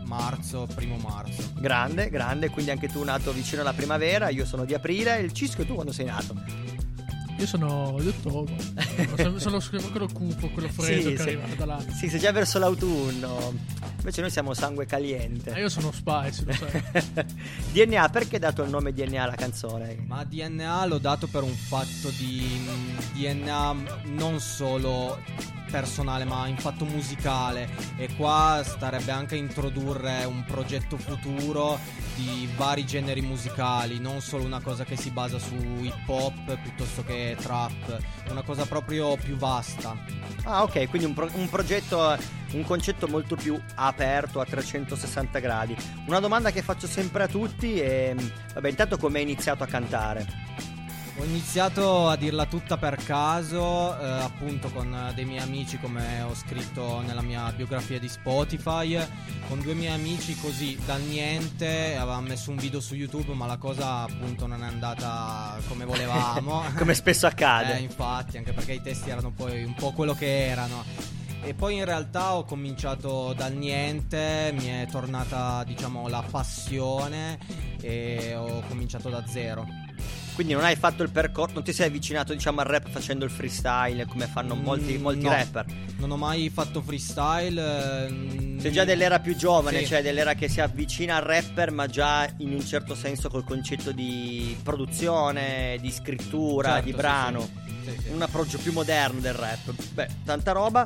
Speaker 10: 1 marzo.
Speaker 3: Grande, quindi anche tu nato vicino alla primavera. Io sono di aprile. Il Cischio, tu quando sei nato?
Speaker 4: Io sono di ottobre. sono quello cupo, quello freddo che arriva da là.
Speaker 3: Sì, sei già verso l'autunno. Invece noi siamo sangue caliente.
Speaker 4: Io sono spicy, lo sai.
Speaker 3: DNA, perché hai dato il nome DNA alla canzone?
Speaker 10: Ma DNA l'ho dato per un fatto di DNA non solo personale, ma in fatto musicale, e qua starebbe anche a introdurre un progetto futuro di vari generi musicali, non solo una cosa che si basa su hip hop piuttosto che trap, una cosa proprio più vasta.
Speaker 3: Ah, ok, quindi un progetto, un concetto molto più aperto a 360 gradi. Una domanda che faccio sempre a tutti è, intanto come hai iniziato a cantare?
Speaker 10: Ho iniziato a dirla tutta per caso, appunto con dei miei amici, come ho scritto nella mia biografia di Spotify, con 2 miei amici, così dal niente. Avevamo messo un video su YouTube, ma la cosa appunto non è andata come volevamo.
Speaker 3: Come spesso accade.
Speaker 10: Infatti, anche perché i testi erano poi un po' quello che erano. E poi in realtà ho cominciato dal niente, mi è tornata diciamo la passione e ho cominciato da zero.
Speaker 3: Quindi non hai fatto il percorso, non ti sei avvicinato diciamo al rap facendo il freestyle come fanno molti
Speaker 10: no,
Speaker 3: rapper?
Speaker 10: Non ho mai fatto freestyle.
Speaker 3: Sei già dell'era più giovane,
Speaker 10: sì.
Speaker 3: Cioè dell'era che si avvicina al rapper, ma già in un certo senso col concetto di produzione, di scrittura,
Speaker 10: certo,
Speaker 3: di brano.
Speaker 10: Sì.
Speaker 3: Un approccio più moderno del rap. Beh, tanta roba.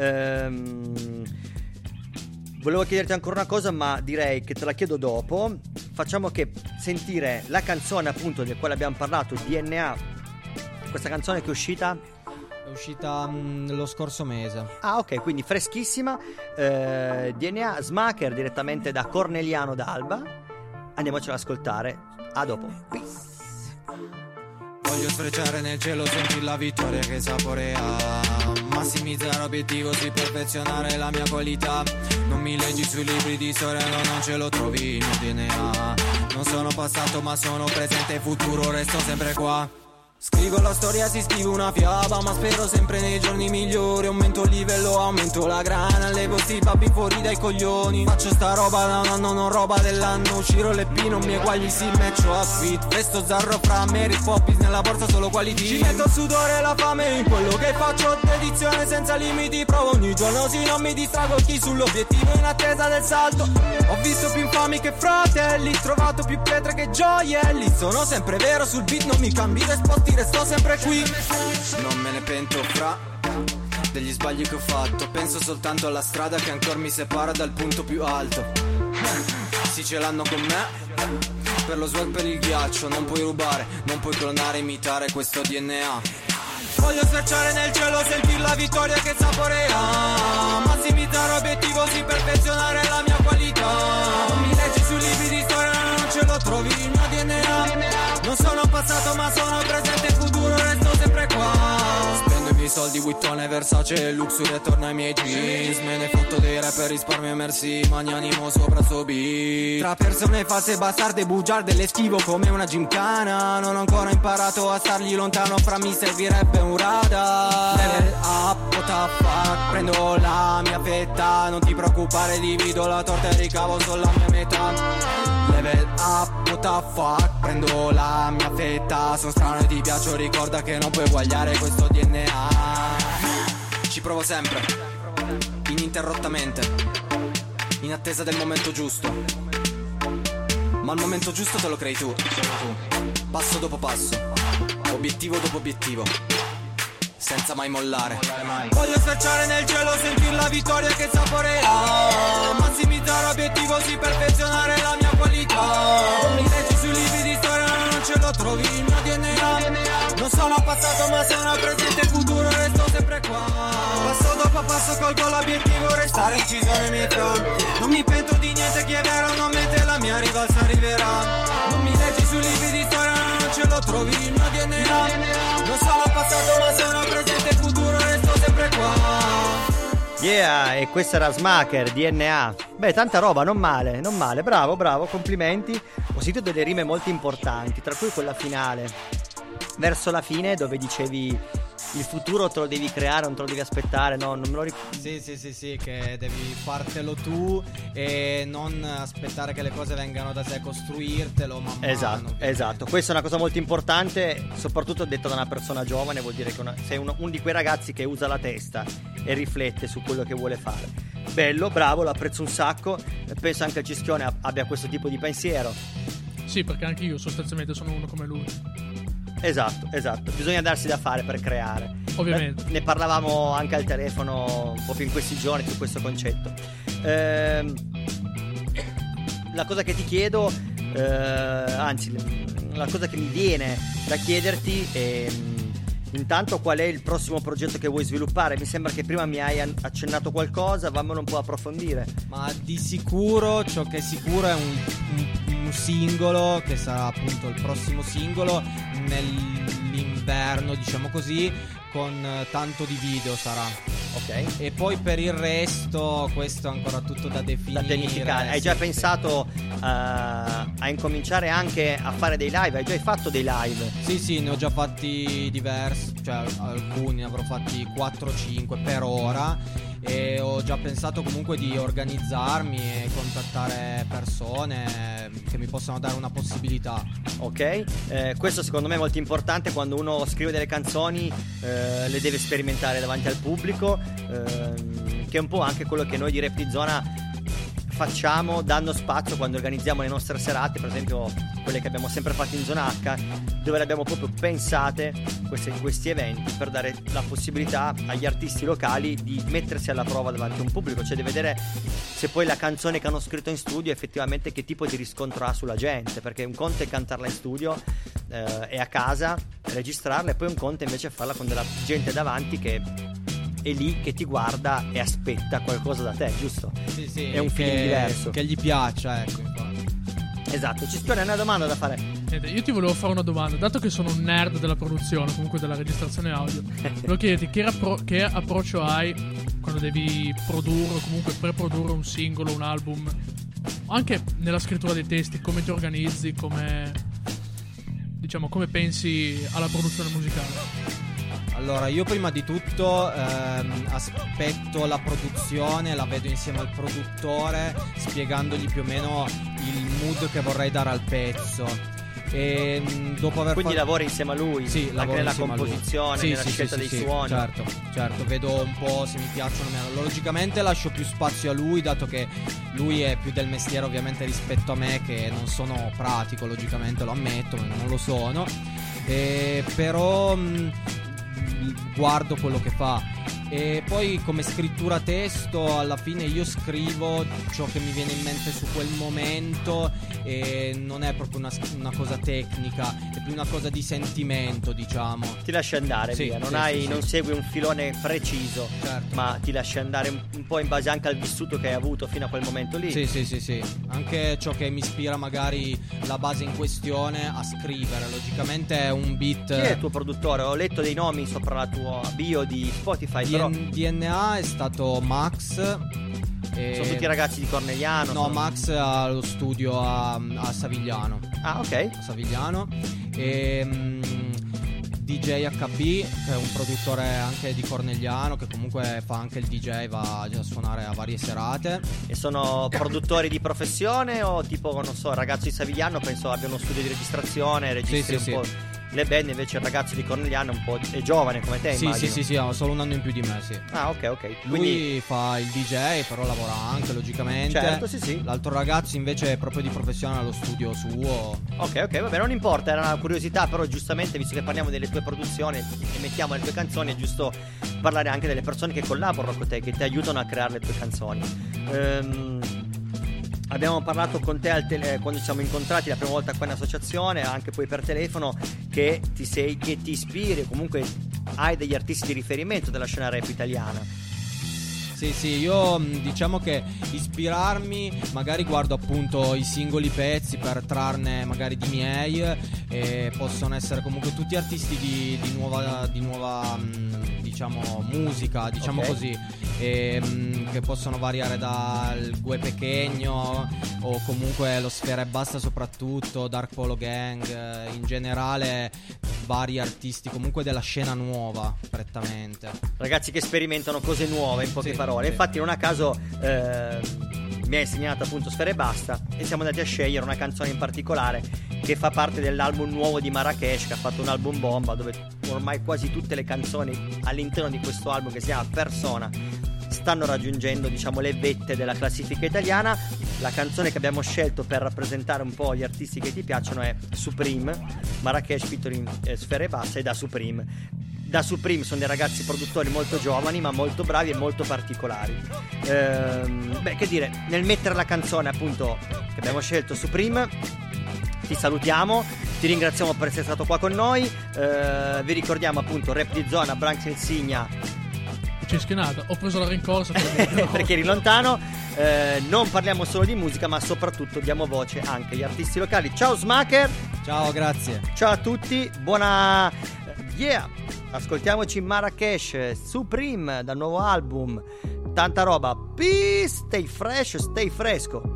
Speaker 3: Volevo chiederti ancora una cosa, ma direi che te la chiedo dopo. Facciamo che sentire la canzone appunto del quale abbiamo parlato, DNA. Questa canzone che è uscita?
Speaker 10: È uscita lo scorso mese.
Speaker 3: Ah, ok, quindi freschissima. DNA Smaker direttamente da Corneliano d'Alba. Andiamoci ad ascoltare. A dopo. Peace.
Speaker 11: Voglio sfrecciare nel cielo, sentire la vittoria che saporea. Massimizzare l'obiettivo, sì, perfezionare la mia qualità. Non mi leggi sui libri di storia, no, non ce lo trovi in DNA. Non sono passato ma sono presente e futuro, resto sempre qua. Scrivo la storia, si scrive una fiaba, ma spero sempre nei giorni migliori. Aumento il livello, aumento la grana, levo sti papi fuori dai coglioni. Faccio sta roba da un anno, non roba dell'anno. Usciro le P, non mi eguagli, si matcho a fit. Vesto zarro fra Mary Poppins, nella borsa solo quality. Ci metto il sudore e la fame in quello che faccio. Dedizione senza limiti, provo ogni giorno, sì, non mi distrago. Chi sull'obiettivo in attesa del salto. Ho visto più infami che fratelli, trovato più pietre che gioielli. Sono sempre vero sul beat, non mi cambi risposti, resto sempre qui. Non me ne pento fra. degli sbagli che ho fatto. Penso soltanto alla strada che ancora mi separa dal punto più alto. Sì, ce l'hanno con me, per lo swag, per il ghiaccio. Non puoi rubare, non puoi clonare, imitare questo DNA. Voglio sfrecciare nel cielo, sentir la vittoria che saporea. Massimizzare obiettivo, sì, perfezionare la mia qualità. Non mi leggi sui libri di storia, non ce lo trovi il mio DNA. Non sono passato ma sono presente e futuro, resto sempre qua. Spendo i miei soldi, Vuitton e Versace, Luxury e torno ai miei jeans. Me ne fotto dei rapper, risparmio emersi, magnanimo sopra sto beat. Tra persone false, bastarde, bugiarde, le schivo come una gymkhana. Non ho ancora imparato a stargli lontano, fra mi servirebbe un radar. Level up, what the fuck, prendo la mia fetta. Non ti preoccupare, divido la torta e ricavo solo la mia metà. Level up, what the fuck, prendo la mia fetta. Sono strano e ti piaccio, ricorda che non puoi eguagliare questo DNA. Ci provo sempre, ininterrottamente, in attesa del momento giusto. Ma il momento giusto te lo crei tu, passo dopo passo, obiettivo dopo obiettivo, senza mai mollare. Voglio sfrecciare nel cielo, sentir la vittoria che saporea. Massimizzare obiettivo, sì, perfezionare la mia qualità. Non mi leggi sui libri di storia, non ce lo trovi il mio DNA. Non sono passato ma sono presente e futuro, resto sempre qua. Passo dopo passo colgo l'obiettivo, restare inciso nei miei fronti. Non mi pento di niente, chi è vero non mette, la mia rivalsa arriverà. Non mi leggi sui libri di storia, non ce lo trovi il mio DNA. Non sono passato ma sono presente e futuro, resto sempre qua.
Speaker 3: Yeah, e questo era Smaker, DNA. Beh, tanta roba, non male, non male. Bravo, bravo, complimenti. Ho sentito delle rime molto importanti, tra cui quella finale, verso la fine, dove dicevi il futuro te lo devi creare, non te lo devi aspettare, no? Non me lo ricordo.
Speaker 10: Sì, che devi fartelo tu e non aspettare che le cose vengano da sé, costruirtelo man mano.
Speaker 3: Esatto. Questa è una cosa molto importante, soprattutto detta da una persona giovane, vuol dire che sei uno di quei ragazzi che usa la testa e riflette su quello che vuole fare. Bello, bravo, lo apprezzo un sacco. Penso anche il Cischione abbia questo tipo di pensiero.
Speaker 4: Sì, perché anche io sostanzialmente sono uno come lui.
Speaker 3: Esatto, bisogna darsi da fare per creare.
Speaker 4: Ovviamente.
Speaker 3: Ne parlavamo anche al telefono un po' più in questi giorni su questo concetto. La cosa che ti chiedo, anzi la cosa che mi viene da chiederti è intanto qual è il prossimo progetto che vuoi sviluppare. Mi sembra che prima mi hai accennato qualcosa, vammelo un po' approfondire.
Speaker 10: Ma di sicuro, ciò che è sicuro è un singolo che sarà appunto il prossimo singolo nell'inverno, diciamo così, con tanto di video sarà.
Speaker 3: Ok.
Speaker 10: E poi per il resto questo è ancora tutto da definire,
Speaker 3: da pianificare. Hai già pensato a incominciare anche a fare dei live? Hai già fatto dei live?
Speaker 10: Sì, ne ho già fatti diversi, cioè alcuni, ne avrò fatti 4-5 per ora. E ho già pensato comunque di organizzarmi e contattare persone che mi possano dare una possibilità.
Speaker 3: Ok, questo secondo me è molto importante. Quando uno scrive delle canzoni le deve sperimentare davanti al pubblico, che è un po' anche quello che noi di Rap di Zona facciamo, dando spazio quando organizziamo le nostre serate, per esempio quelle che abbiamo sempre fatto in Zona H, dove le abbiamo proprio pensate questi eventi per dare la possibilità agli artisti locali di mettersi alla prova davanti a un pubblico, cioè di vedere se poi la canzone che hanno scritto in studio effettivamente che tipo di riscontro ha sulla gente, perché un conto è cantarla in studio e a casa registrarla, e poi un conto invece è farla con della gente davanti che è lì, che ti guarda e aspetta qualcosa da te, giusto?
Speaker 10: Sì,
Speaker 3: è un feeling diverso,
Speaker 10: che gli piaccia, ecco, infatti.
Speaker 3: Esatto. Ci spione una domanda da fare.
Speaker 4: Io ti volevo fare una domanda, dato che sono un nerd della produzione, comunque della registrazione audio. Volevo chiederti che approccio hai quando devi produrre o comunque preprodurre un singolo, un album, anche nella scrittura dei testi, come ti organizzi, come pensi alla produzione musicale?
Speaker 10: Allora, io prima di tutto aspetto la produzione, la vedo insieme al produttore, spiegandogli più o meno il mood che vorrei dare al pezzo. E dopo aver
Speaker 3: Quindi lavori insieme a lui?
Speaker 10: Sì,
Speaker 3: anche nella composizione, nella scelta dei suoni?
Speaker 10: Certo, vedo un po' se mi piacciono o meno. Logicamente lascio più spazio a lui, dato che lui è più del mestiere ovviamente rispetto a me, che non sono pratico, logicamente lo ammetto, ma non lo sono. Però guardo quello che fa E poi come scrittura testo, alla fine io scrivo ciò che mi viene in mente su quel momento, e non è proprio una cosa tecnica, è più una cosa di sentimento, diciamo.
Speaker 3: Ti lasci andare,
Speaker 10: Sì,
Speaker 3: via, non,
Speaker 10: sì.
Speaker 3: non segui un filone preciso,
Speaker 10: Certo.
Speaker 3: ma ti lasci andare un po' in base anche al vissuto che hai avuto fino a quel momento lì.
Speaker 10: Sì. Anche ciò che mi ispira, magari la base in questione, a scrivere. Logicamente è un beat.
Speaker 3: Chi è il tuo produttore? Ho letto dei nomi sopra la tua bio di Spotify, però
Speaker 10: DNA è stato Max.
Speaker 3: sono tutti ragazzi di Cornegliano.
Speaker 10: No, Max ha lo studio a Savigliano.
Speaker 3: Ah, ok.
Speaker 10: A Savigliano. E DJ HB, che è un produttore anche di Cornegliano, che comunque fa anche il DJ, va già a suonare a varie serate.
Speaker 3: E sono produttori di professione o tipo, non so, il ragazzo di Savigliano penso abbia uno studio di registrazione, registri
Speaker 10: Sì,
Speaker 3: un po' le band, invece il ragazzo di Cornegliano è un po' è giovane come te, immagino.
Speaker 10: Sì, ha solo un anno in più di me, sì.
Speaker 3: Ah, ok.
Speaker 10: Lui
Speaker 3: Quindi
Speaker 10: fa il DJ, però lavora anche, logicamente.
Speaker 3: certo, sì.
Speaker 10: L'altro ragazzo invece è proprio di professione, allo studio suo.
Speaker 3: Ok, vabbè, non importa, era una curiosità, però giustamente, visto che parliamo delle tue produzioni e mettiamo le tue canzoni, è giusto parlare anche delle persone che collaborano con te, che ti aiutano a creare le tue canzoni. Abbiamo parlato con te quando ci siamo incontrati la prima volta qua in associazione, anche poi per telefono, che ti ispiri, comunque hai degli artisti di riferimento della scena rap italiana.
Speaker 10: Sì, io diciamo che ispirarmi, magari guardo appunto i singoli pezzi per trarne magari di miei, e possono essere comunque tutti artisti di nuova diciamo musica, diciamo
Speaker 3: Ok.
Speaker 10: così, che possono variare dal Gue Pequeño o comunque lo Sfera e Basta, soprattutto Dark Polo Gang, in generale vari artisti comunque della scena nuova prettamente.
Speaker 3: Ragazzi che sperimentano cose nuove, in poche
Speaker 10: Sì,
Speaker 3: parole.
Speaker 10: sì.
Speaker 3: Infatti non a caso mi ha insegnato appunto Sfera e Basta, e siamo andati a scegliere una canzone in particolare che fa parte dell'album nuovo di Marrakesh, che ha fatto un album bomba, dove ormai quasi tutte le canzoni all'interno di questo album, che si chiama Persona, stanno raggiungendo, diciamo, le vette della classifica italiana. La canzone che abbiamo scelto per rappresentare un po' gli artisti che ti piacciono è Supreme, Marrakesh featuring Sfera e Basta, e Da Supreme. Da Supreme sono dei ragazzi produttori molto giovani, ma molto bravi e molto particolari. Che dire, nel mettere la canzone appunto che abbiamo scelto, Supreme, ti salutiamo, ti ringraziamo per essere stato qua con noi, vi ricordiamo appunto Rap di Zona, Branx Insignia,
Speaker 4: C'è schienato, ho preso la rincorsa
Speaker 3: perché eri lontano. Non parliamo solo di musica, ma soprattutto diamo voce anche agli artisti locali. Ciao Smaker,
Speaker 10: Ciao, grazie.
Speaker 3: ciao a tutti, buona ascoltiamoci Marrakesh, Supreme, dal nuovo album, tanta roba. Peace, stay fresh, stay fresco.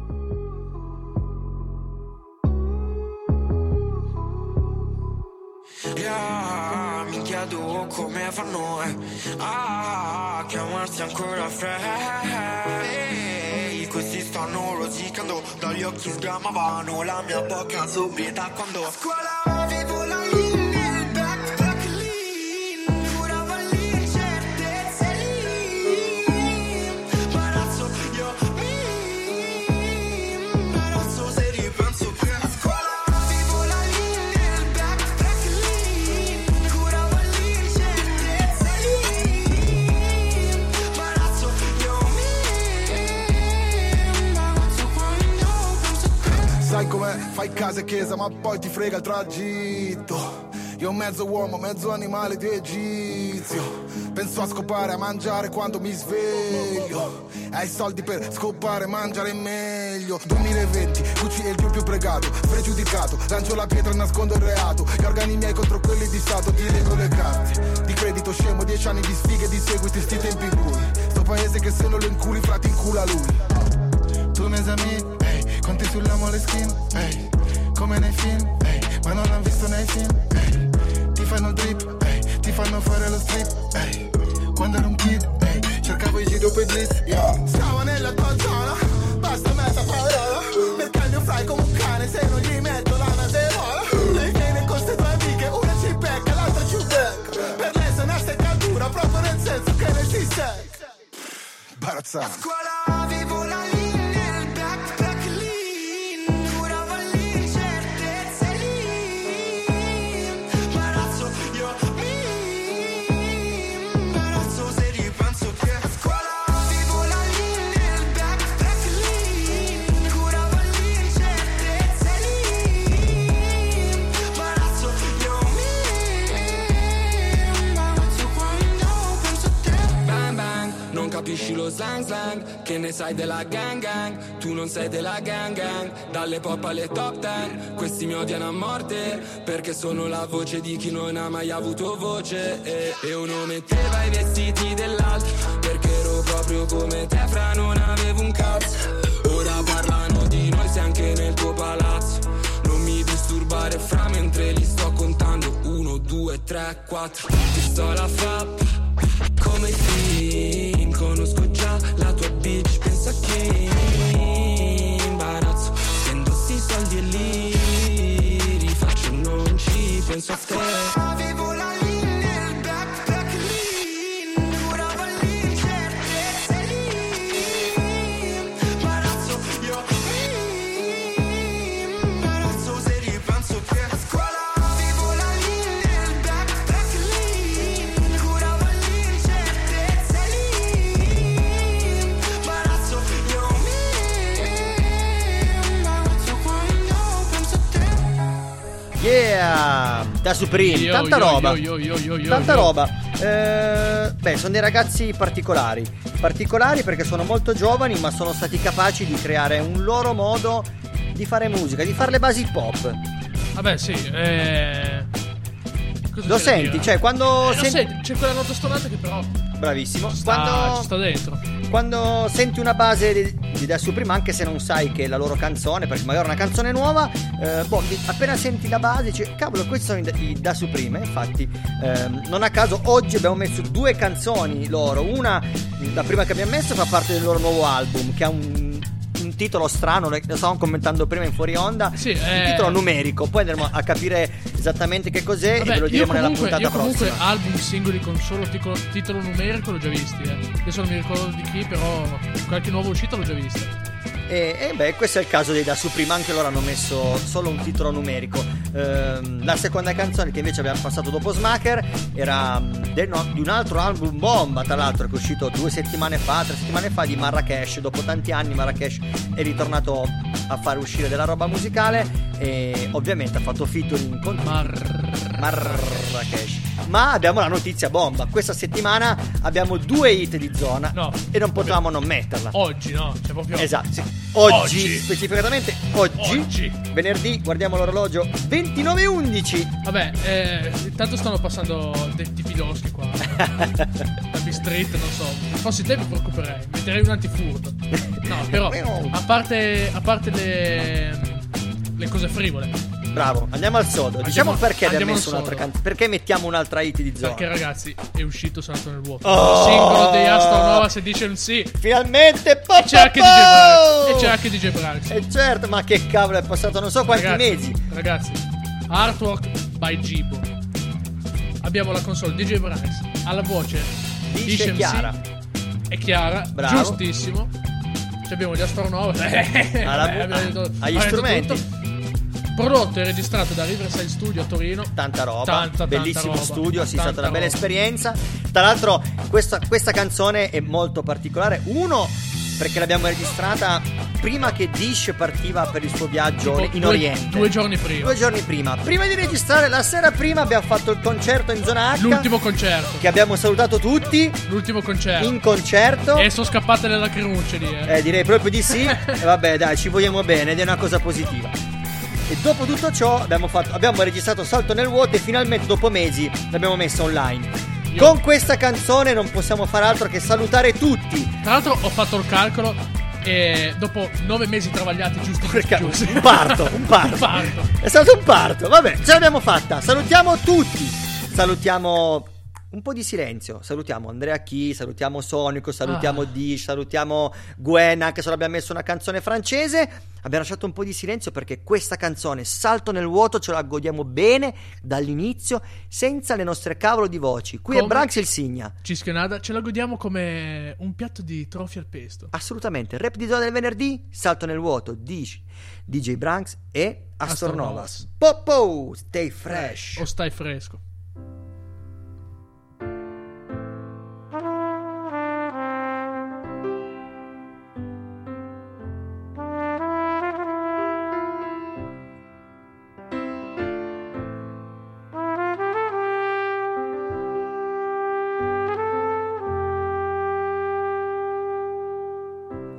Speaker 8: Mi chiedo come fanno a chiamarsi ancora fratelli. Questi stanno rosicando, dagli occhi sgamavano la mia bocca sobrietà quando a scuola avevo la linea, il backpack lean, curava l'incertezza lì. Imbarazzo, io mi imbarazzo se ripenso che a scuola avevo la linea, il backpack lean, curava l'incertezza lì. Imbarazzo, io mi imbarazzo quando penso che
Speaker 9: Sai com'è? Fai casa e chiesa ma poi ti frega il tragitto. Io mezzo uomo, mezzo animale di Egizio. Penso a scopare, a mangiare quando mi sveglio. Hai soldi per scopare, mangiare meglio. 2020, Gucci è il più pregato, spregiudicato. Lancio la pietra e nascondo il reato. Gli organi miei contro quelli di Stato. Ti leggo le carte di credito scemo, 10 anni di sfighe, di seguiti, sti tempi bui. Sto paese che se non lo inculi, frati incula lui. Tu mes amis, ehi, conti sulla Moleskine, ehi, come nei film, ehi, ma non l'hanno visto nei film, ehi. Ti fanno drip, ehi, ti fanno fare lo strip, ehi. Quando ero un kid, ehi, cercavo i giro per blitz, yeah. Stavo nella tua zona, basta mezza parola. Perché il mio fly come un cane, se non gli metto la naserola. Lei viene con ste due amiche, una ci becca, l'altra ci becca. Per lei sono una seccatura, proprio nel senso che ne si secca. Imbarazzante. A scuola avevo la linea, il backpack lean, curava l'incertezza lì. Imbarazzo, io mi imbarazzo se ripenso
Speaker 11: solo slang slang. Che ne sai della gang gang? Tu non sei della gang gang. Dalle pop alle top ten, questi mi odiano a morte, perché sono la voce di chi non ha mai avuto voce. E uno metteva i vestiti dell'altro, perché ero proprio come te, fra non avevo un cazzo. Ora parlano di noi, sei anche nel tuo palazzo. Non mi disturbare fra mentre li sto contando. 1, 2, 3, 4. Ti sto la fappa come i film. Conosco già la tua bitch, pensa che imbarazzo. Spendo sti soldi e li rifaccio, non ci penso a te. Avevo la linea nel backpack lean, durava l'incertezza e l'imbarazzo. Io imbarazzo se ripenso che a scuola avevo la linea nel backpack lean, durava l'incertezza e l'imbarazzo. Io imbarazzo quando penso a te.
Speaker 3: Yeah, da Supreme, tanta roba. Tanta roba. Beh, sono dei ragazzi particolari perché sono molto giovani, ma sono stati capaci di creare un loro modo di fare musica, di fare le basi pop.
Speaker 4: Vabbè, sì. Cosa
Speaker 3: Lo
Speaker 4: c'è da
Speaker 3: senti?
Speaker 4: dire?
Speaker 3: Cioè, quando
Speaker 4: Lo senti, c'è quella nota stonata che però
Speaker 3: bravissimo.
Speaker 4: ci sta dentro.
Speaker 3: Quando senti una base di Da Supreme, anche se non sai che è la loro canzone, perché magari è una canzone nuova, appena senti la base dici cavolo, questi sono i Da Supreme. Infatti non a caso oggi abbiamo messo 2 canzoni loro. Una, la prima che abbiamo messo, fa parte del loro nuovo album, che ha un titolo strano, lo stavamo commentando prima in fuori onda.
Speaker 4: Sì,
Speaker 3: un titolo numerico, poi andremo a capire esattamente che cos'è.
Speaker 4: Vabbè,
Speaker 3: e ve lo diremo nella
Speaker 4: io
Speaker 3: puntata
Speaker 4: comunque
Speaker 3: prossima.
Speaker 4: album singoli con solo titolo numerico l'ho già visti. Adesso non mi ricordo di chi, però qualche nuova uscita l'ho già vista.
Speaker 3: E beh, questo è il caso dei Da Supreme, anche loro hanno messo solo un titolo numerico. La seconda canzone, che invece abbiamo passato dopo Smacker, era di un altro album bomba, tra l'altro, che è uscito 3 settimane fa, di Marrakesh. Dopo tanti anni Marrakesh è ritornato a fare uscire della roba musicale e ovviamente ha fatto featuring con Marrakesh. Ma abbiamo la notizia bomba: questa settimana abbiamo 2 hit di zona, e non potevamo non metterla.
Speaker 4: Oggi, no? Cioè proprio
Speaker 3: esatto, sì. Oggi, specificatamente oggi, venerdì, guardiamo l'orologio, 29:11.
Speaker 4: Vabbè, intanto stanno passando dei tipi loschi qua da B-Street, non so. Se fossi te mi preoccuperei, metterei un antifurto. No, però a parte le cose frivole.
Speaker 3: Bravo, andiamo al sodo. Diciamo perché abbiamo messo
Speaker 4: al
Speaker 3: un'altra canzone. Perché mettiamo un'altra hit di zona?
Speaker 4: Perché ragazzi, è uscito Salto nel vuoto.
Speaker 3: Oh!
Speaker 4: Il singolo dei Astronova si dice un sì.
Speaker 3: Finalmente
Speaker 4: E c'è anche DJ Brax.
Speaker 3: E certo, ma che cavolo, è passato non so quanti mesi.
Speaker 4: Ragazzi, Artwork by Gibo. Abbiamo la console DJ Brax. Alla voce
Speaker 3: Dice Chiara.
Speaker 4: E Chiara,
Speaker 3: bravo.
Speaker 4: Giustissimo. Ci abbiamo gli Astronova.
Speaker 3: Agli strumenti.
Speaker 4: Prodotto e registrato da Riverside Studio a Torino.
Speaker 3: Tanta roba, bellissimo
Speaker 4: roba,
Speaker 3: studio, sì, è stata una bella
Speaker 4: roba.
Speaker 3: esperienza. Tra l'altro questa canzone è molto particolare. Uno, perché l'abbiamo registrata prima che Dish partiva per il suo viaggio in Oriente.
Speaker 4: 2 giorni prima.
Speaker 3: 2 giorni prima. Prima di registrare, la sera prima abbiamo fatto il concerto in zona H.
Speaker 4: L'ultimo concerto.
Speaker 3: Che abbiamo salutato tutti.
Speaker 4: L'ultimo concerto.
Speaker 3: In concerto.
Speaker 4: E sono scappate le lacrimucce lì.
Speaker 3: Direi proprio di sì. E vabbè, dai, ci vogliamo bene ed è una cosa positiva. E dopo tutto ciò abbiamo registrato Salto nel vuoto e finalmente dopo mesi l'abbiamo messa online. Con questa canzone non possiamo fare altro che salutare tutti.
Speaker 4: Tra l'altro ho fatto il calcolo e dopo 9 mesi travagliati giusti.
Speaker 3: Un parto. È stato un parto. Vabbè, ce l'abbiamo fatta. Salutiamo tutti. Salutiamo un po' di silenzio. Salutiamo Andrea Chi, salutiamo Sonico, salutiamo Dish, salutiamo Gwen, anche se abbiamo messo una canzone francese. Abbiamo lasciato un po' di silenzio perché questa canzone, Salto nel vuoto, ce la godiamo bene dall'inizio, senza le nostre cavolo di voci. Qui è Branks il Signa.
Speaker 4: Cischionada, ce la godiamo come un piatto di trofi al pesto.
Speaker 3: Assolutamente. Rap di zona del venerdì, Salto nel vuoto, Dish, DJ Branks e Astronovas. Popo, stay fresh.
Speaker 4: O stai fresco.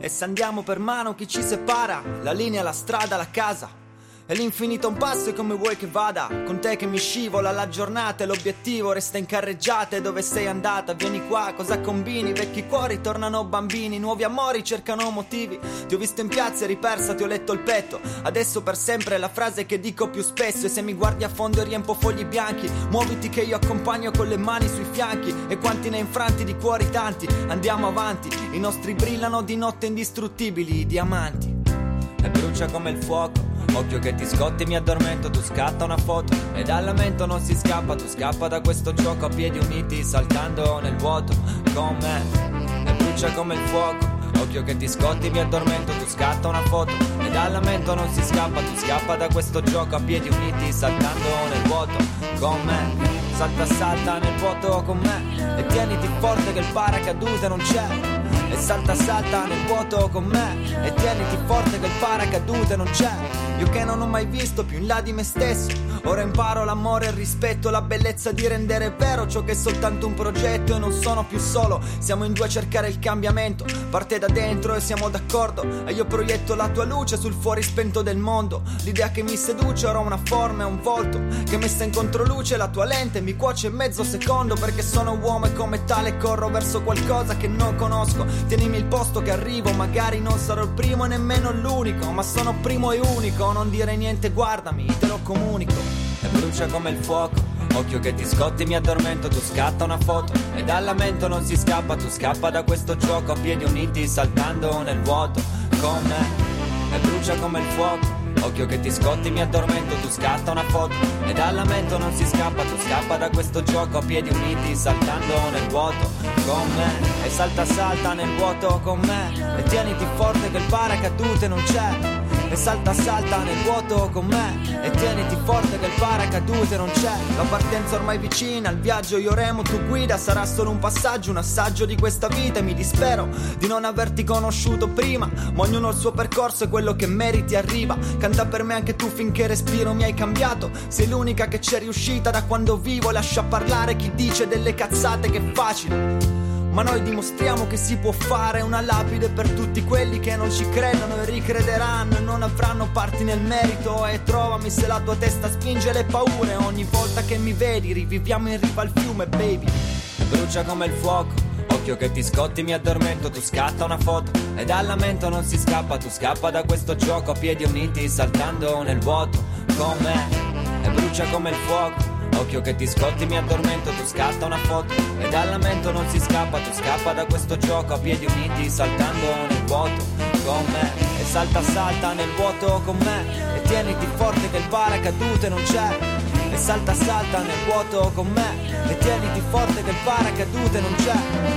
Speaker 11: E se andiamo per mano chi ci separa? La linea, la strada, la casa. E l'infinito un passo e come vuoi che vada. Con te che mi scivola la giornata e l'obiettivo resta in carreggiata. E dove sei andata? Vieni qua, cosa combini? Vecchi cuori tornano bambini, nuovi amori cercano motivi. Ti ho visto in piazza e ripersa, ti ho letto il petto. Adesso per sempre è la frase che dico più spesso. E se mi guardi a fondo riempo fogli bianchi. Muoviti che io accompagno con le mani sui fianchi. E quanti ne infranti di cuori tanti. Andiamo avanti, i nostri brillano di notte indistruttibili, i diamanti. E brucia come il fuoco. Occhio che ti scotti, mi addormento, tu scatta una foto. E dal lamento non si scappa, tu scappa da questo gioco a piedi uniti, saltando nel vuoto con me. E brucia come il fuoco. Occhio che ti scotti, mi addormento, tu scatta una foto. E dal lamento non si scappa, tu scappa da questo gioco a piedi uniti, saltando nel vuoto con me. Salta, salta nel vuoto con me. E tieniti forte che il paracadute non c'è. E salta, salta nel vuoto con me. E tieniti forte che il paracadute non c'è. Io che non ho mai visto più in là di me stesso. Ora imparo l'amore, il rispetto, la bellezza di rendere vero ciò che è soltanto un progetto. E non sono più solo, siamo in due a cercare il cambiamento. Parte da dentro e siamo d'accordo. E io proietto la tua luce sul fuori spento del mondo. L'idea che mi seduce ora ha una forma e un volto che messa in controluce la tua lente mi cuoce mezzo secondo. Perché sono uomo e come tale corro verso qualcosa che non conosco. Tienimi il posto che arrivo, magari non sarò il primo e nemmeno l'unico, ma sono primo e unico. Non dire niente, guardami, te lo comunico. E brucia come il fuoco. Occhio che ti scotti, mi addormento, tu scatta una foto. E dal lamento non si scappa, tu scappa da questo gioco a piedi uniti, saltando nel vuoto con me. E brucia come il fuoco. Occhio che ti scotti, mi addormento, tu scatta una foto. E dal lamento non si scappa, tu scappa da questo gioco a piedi uniti, saltando nel vuoto con me. E salta, salta nel vuoto con me. E tieniti forte che il paracadute non c'è. E salta, salta nel vuoto con me. E tieniti forte che il paracadute non c'è. La partenza ormai vicina, il viaggio io remo, tu guida. Sarà solo un passaggio, un assaggio di questa vita. E mi dispero di non averti conosciuto prima, ma ognuno il suo percorso e quello che meriti arriva. Canta per me anche tu finché respiro, mi hai cambiato. Sei l'unica che c'è riuscita da quando vivo. Lascia parlare chi dice delle cazzate che è facile, ma noi dimostriamo che si può fare. Una lapide per tutti quelli che non ci credono e ricrederanno e non avranno parti nel merito. E trovami se la tua testa spinge le paure. Ogni volta che mi vedi riviviamo in riva al fiume, baby. E brucia come il fuoco. Occhio che ti scotti, mi addormento, tu scatta una foto. E dal lamento non si scappa, tu scappa da questo gioco a piedi uniti, saltando nel vuoto con me. E brucia come il fuoco. Occhio che ti scotti, mi addormento, tu scatta una foto. E dal lamento non si scappa, tu scappa da questo gioco a piedi uniti, saltando nel vuoto con me. E salta, salta nel vuoto con me. E tieniti forte che il paracadute non c'è. E salta, salta nel vuoto con me. E tieniti forte che il paracadute non c'è.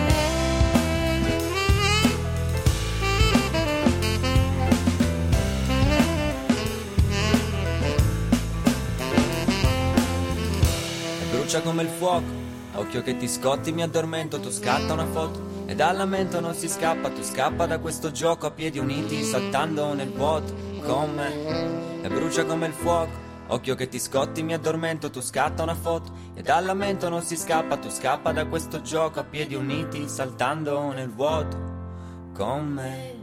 Speaker 11: Come il fuoco, occhio che ti scotti, mi addormento, tu scatta una foto. E dal lamento non si scappa, tu scappa da questo gioco a piedi uniti, saltando nel vuoto con me. E brucia come il fuoco, occhio che ti scotti, mi addormento, tu scatta una foto. E dal lamento non si scappa, tu scappa da questo gioco a piedi uniti, saltando nel vuoto con me.